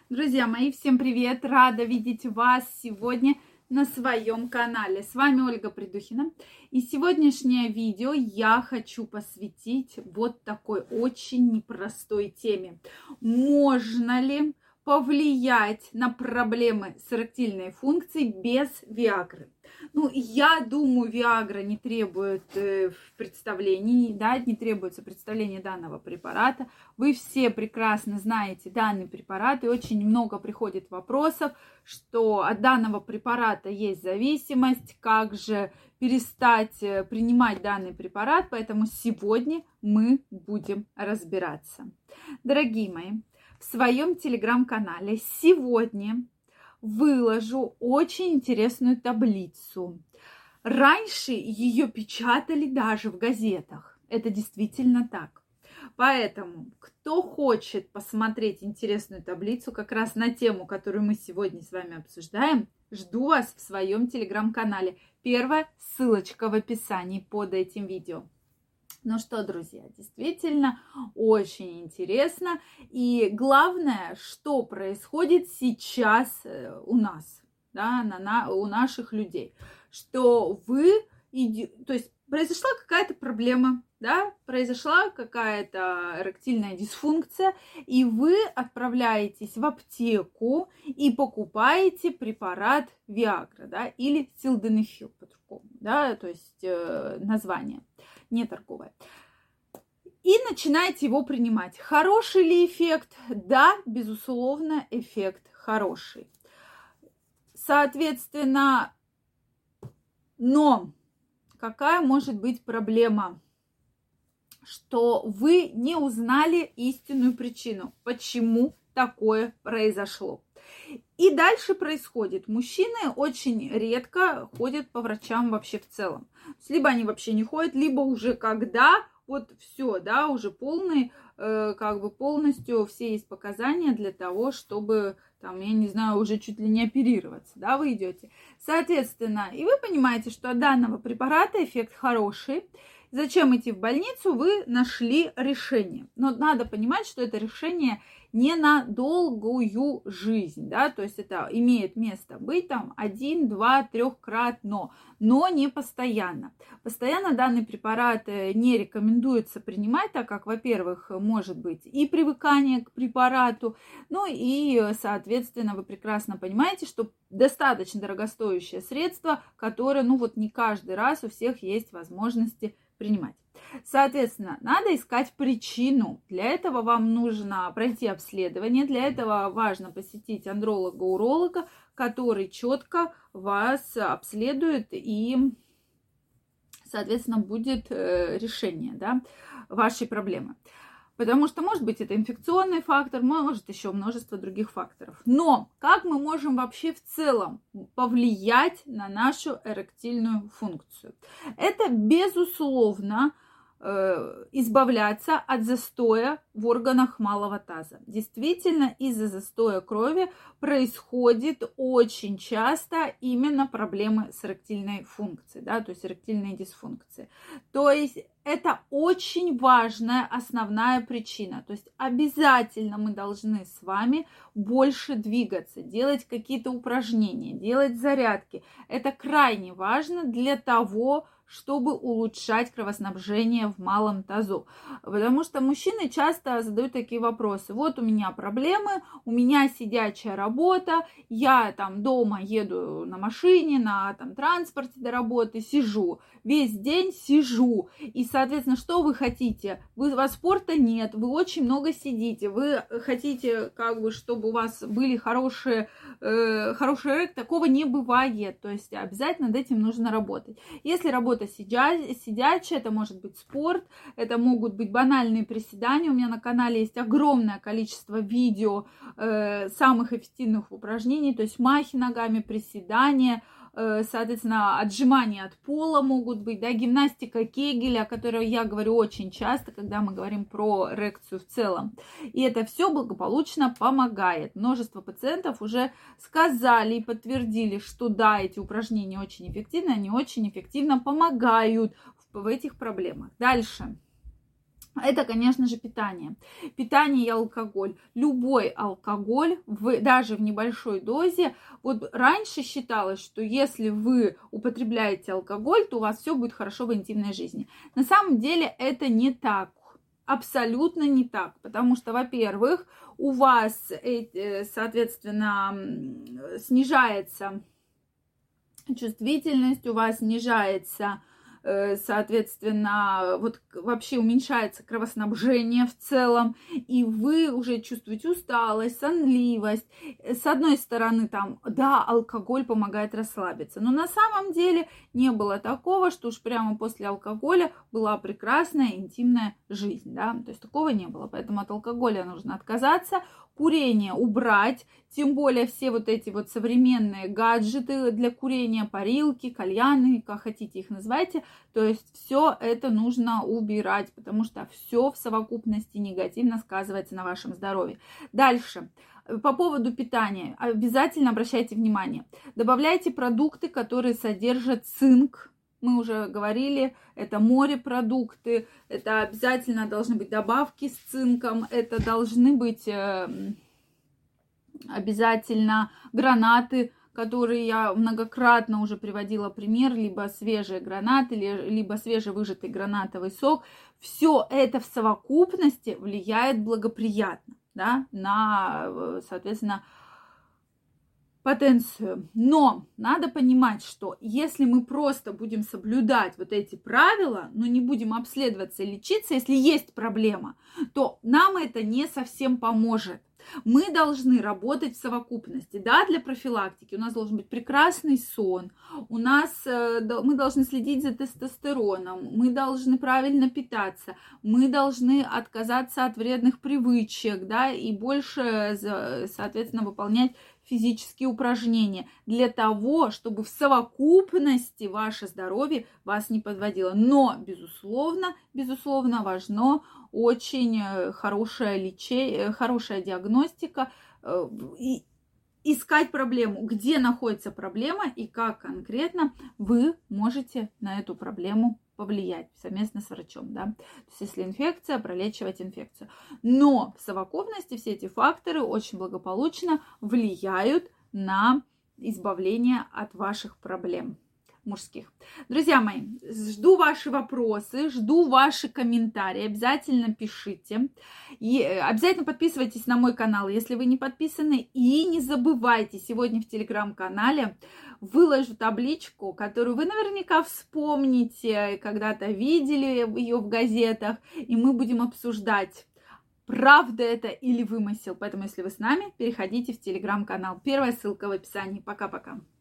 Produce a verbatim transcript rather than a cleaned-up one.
Друзья мои, всем привет! Рада видеть вас сегодня на своем канале. С вами Ольга Придухина. И сегодняшнее видео я хочу посвятить вот такой очень непростой теме. Можно ли повлиять на проблемы с эректильной функцией без Виагры? Ну, я думаю, Виагра не требует э, представлений, да, не требуется представление данного препарата. Вы все прекрасно знаете данный препарат, и очень много приходит вопросов, что от данного препарата есть зависимость, как же перестать принимать данный препарат, поэтому сегодня мы будем разбираться. Дорогие мои, в своем телеграм-канале сегодня выложу очень интересную таблицу. Раньше ее печатали даже в газетах. Это действительно так. Поэтому, кто хочет посмотреть интересную таблицу как раз на тему, которую мы сегодня с вами обсуждаем, жду вас в своем телеграм-канале. Первая ссылочка в описании под этим видео. Ну что, друзья, действительно очень интересно. И главное, что происходит сейчас у нас, да, на, на, у наших людей. Что вы, то есть произошла какая-то проблема, да, произошла какая-то эректильная дисфункция, и вы отправляетесь в аптеку и покупаете препарат Виагра, да, или Силденефил по-другому, да, то есть э, название не торговое. И начинаете его принимать. Хороший ли эффект? Да, безусловно, эффект хороший. Соответственно, но какая может быть проблема? Что вы не узнали истинную причину, почему такое произошло. И дальше происходит. Мужчины очень редко ходят по врачам вообще в целом. Либо они вообще не ходят, либо уже когда вот все, да, уже полный, э, как бы полностью все есть показания для того, чтобы, там, я не знаю, уже чуть ли не оперироваться, да, вы идете. Соответственно, и вы понимаете, что от данного препарата эффект хороший. Зачем идти в больницу? Вы нашли решение. Но надо понимать, что это решение не на долгую жизнь, да, то есть это имеет место быть там один, два, трехкратно, но не постоянно. Постоянно данный препарат не рекомендуется принимать, так как, во-первых, может быть и привыкание к препарату, ну и, соответственно, вы прекрасно понимаете, что достаточно дорогостоящее средство, которое, ну вот не каждый раз у всех есть возможности принимать. Соответственно, надо искать причину. Для этого вам нужно пройти обследование. Для этого важно посетить андролога-уролога, который четко вас обследует и, соответственно, будет решение, да, вашей проблемы. Потому что, может быть, это инфекционный фактор, может еще множество других факторов. Но как мы можем вообще в целом повлиять на нашу эректильную функцию? Это, безусловно, избавляться от застоя в органах малого таза. Действительно, из-за застоя крови происходит очень часто именно проблемы с эректильной функцией, да, то есть эректильные дисфункции. То есть это очень важная основная причина. То есть обязательно мы должны с вами больше двигаться, делать какие-то упражнения, делать зарядки. Это крайне важно для того, чтобы улучшать кровоснабжение в малом тазу. Потому что мужчины часто задают такие вопросы. Вот у меня проблемы, у меня сидячая работа, я там дома еду на машине, на там, транспорте до работы, сижу. Весь день сижу. И, соответственно, что вы хотите? Вы, у вас спорта нет, вы очень много сидите, вы хотите, как бы, чтобы у вас были хорошие, э, хороший эрект, такого не бывает. То есть обязательно над этим нужно работать. Если работа сидячая, это может быть спорт, это могут быть банальные приседания. У меня на канале есть огромное количество видео э, самых эффективных упражнений, то есть махи ногами, приседания, э, соответственно, отжимания от пола могут быть, да, гимнастика Кегеля, о которой я говорю очень часто, когда мы говорим про эрекцию в целом. И это все благополучно помогает. Множество пациентов уже сказали и подтвердили, что да, эти упражнения очень эффективны, они очень эффективно помогают в, в этих проблемах. Дальше. Это, конечно же, питание. Питание и алкоголь. Любой алкоголь, в, даже в небольшой дозе. Вот раньше считалось, что если вы употребляете алкоголь, то у вас все будет хорошо в интимной жизни. На самом деле это не так. Абсолютно не так. Потому что, во-первых, у вас, соответственно, снижается чувствительность, у вас снижается... соответственно, вот вообще уменьшается кровоснабжение в целом, и вы уже чувствуете усталость, сонливость. С одной стороны, там, да, алкоголь помогает расслабиться, но на самом деле не было такого, что уж прямо после алкоголя была прекрасная интимная жизнь, да, то есть такого не было, поэтому от алкоголя нужно отказаться, курение убрать, тем более все вот эти вот современные гаджеты для курения, парилки, кальяны, как хотите их называйте, то есть все это нужно убирать, потому что все в совокупности негативно сказывается на вашем здоровье. Дальше. По поводу питания. Обязательно обращайте внимание. Добавляйте продукты, которые содержат цинк. Мы уже говорили, это морепродукты, это обязательно должны быть добавки с цинком, это должны быть э, обязательно гранаты, которые я многократно уже приводила пример, либо свежие гранаты, либо свежевыжатый гранатовый сок. Все это в совокупности влияет благоприятно, да, на, соответственно, потенцию. Но надо понимать, что если мы просто будем соблюдать вот эти правила, но не будем обследоваться и лечиться, если есть проблема, то нам это не совсем поможет. Мы должны работать в совокупности, да, для профилактики. У нас должен быть прекрасный сон, у нас, мы должны следить за тестостероном, мы должны правильно питаться, мы должны отказаться от вредных привычек, да, и больше, соответственно, выполнять физические упражнения для того, чтобы в совокупности ваше здоровье вас не подводило. Но, безусловно, безусловно, важно очень хорошая лечение, хорошая диагностика и искать проблему, где находится проблема и как конкретно вы можете на эту проблему повлиять совместно с врачом, да. То есть, если инфекция, пролечивать инфекцию. Но в совокупности все эти факторы очень благополучно влияют на избавление от ваших проблем мужских. Друзья мои, жду ваши вопросы, жду ваши комментарии, обязательно пишите. И обязательно подписывайтесь на мой канал, если вы не подписаны. И не забывайте, сегодня в телеграм-канале выложу табличку, которую вы наверняка вспомните, когда-то видели ее в газетах, и мы будем обсуждать, правда это или вымысел. Поэтому, если вы с нами, переходите в телеграм-канал. Первая ссылка в описании. Пока-пока.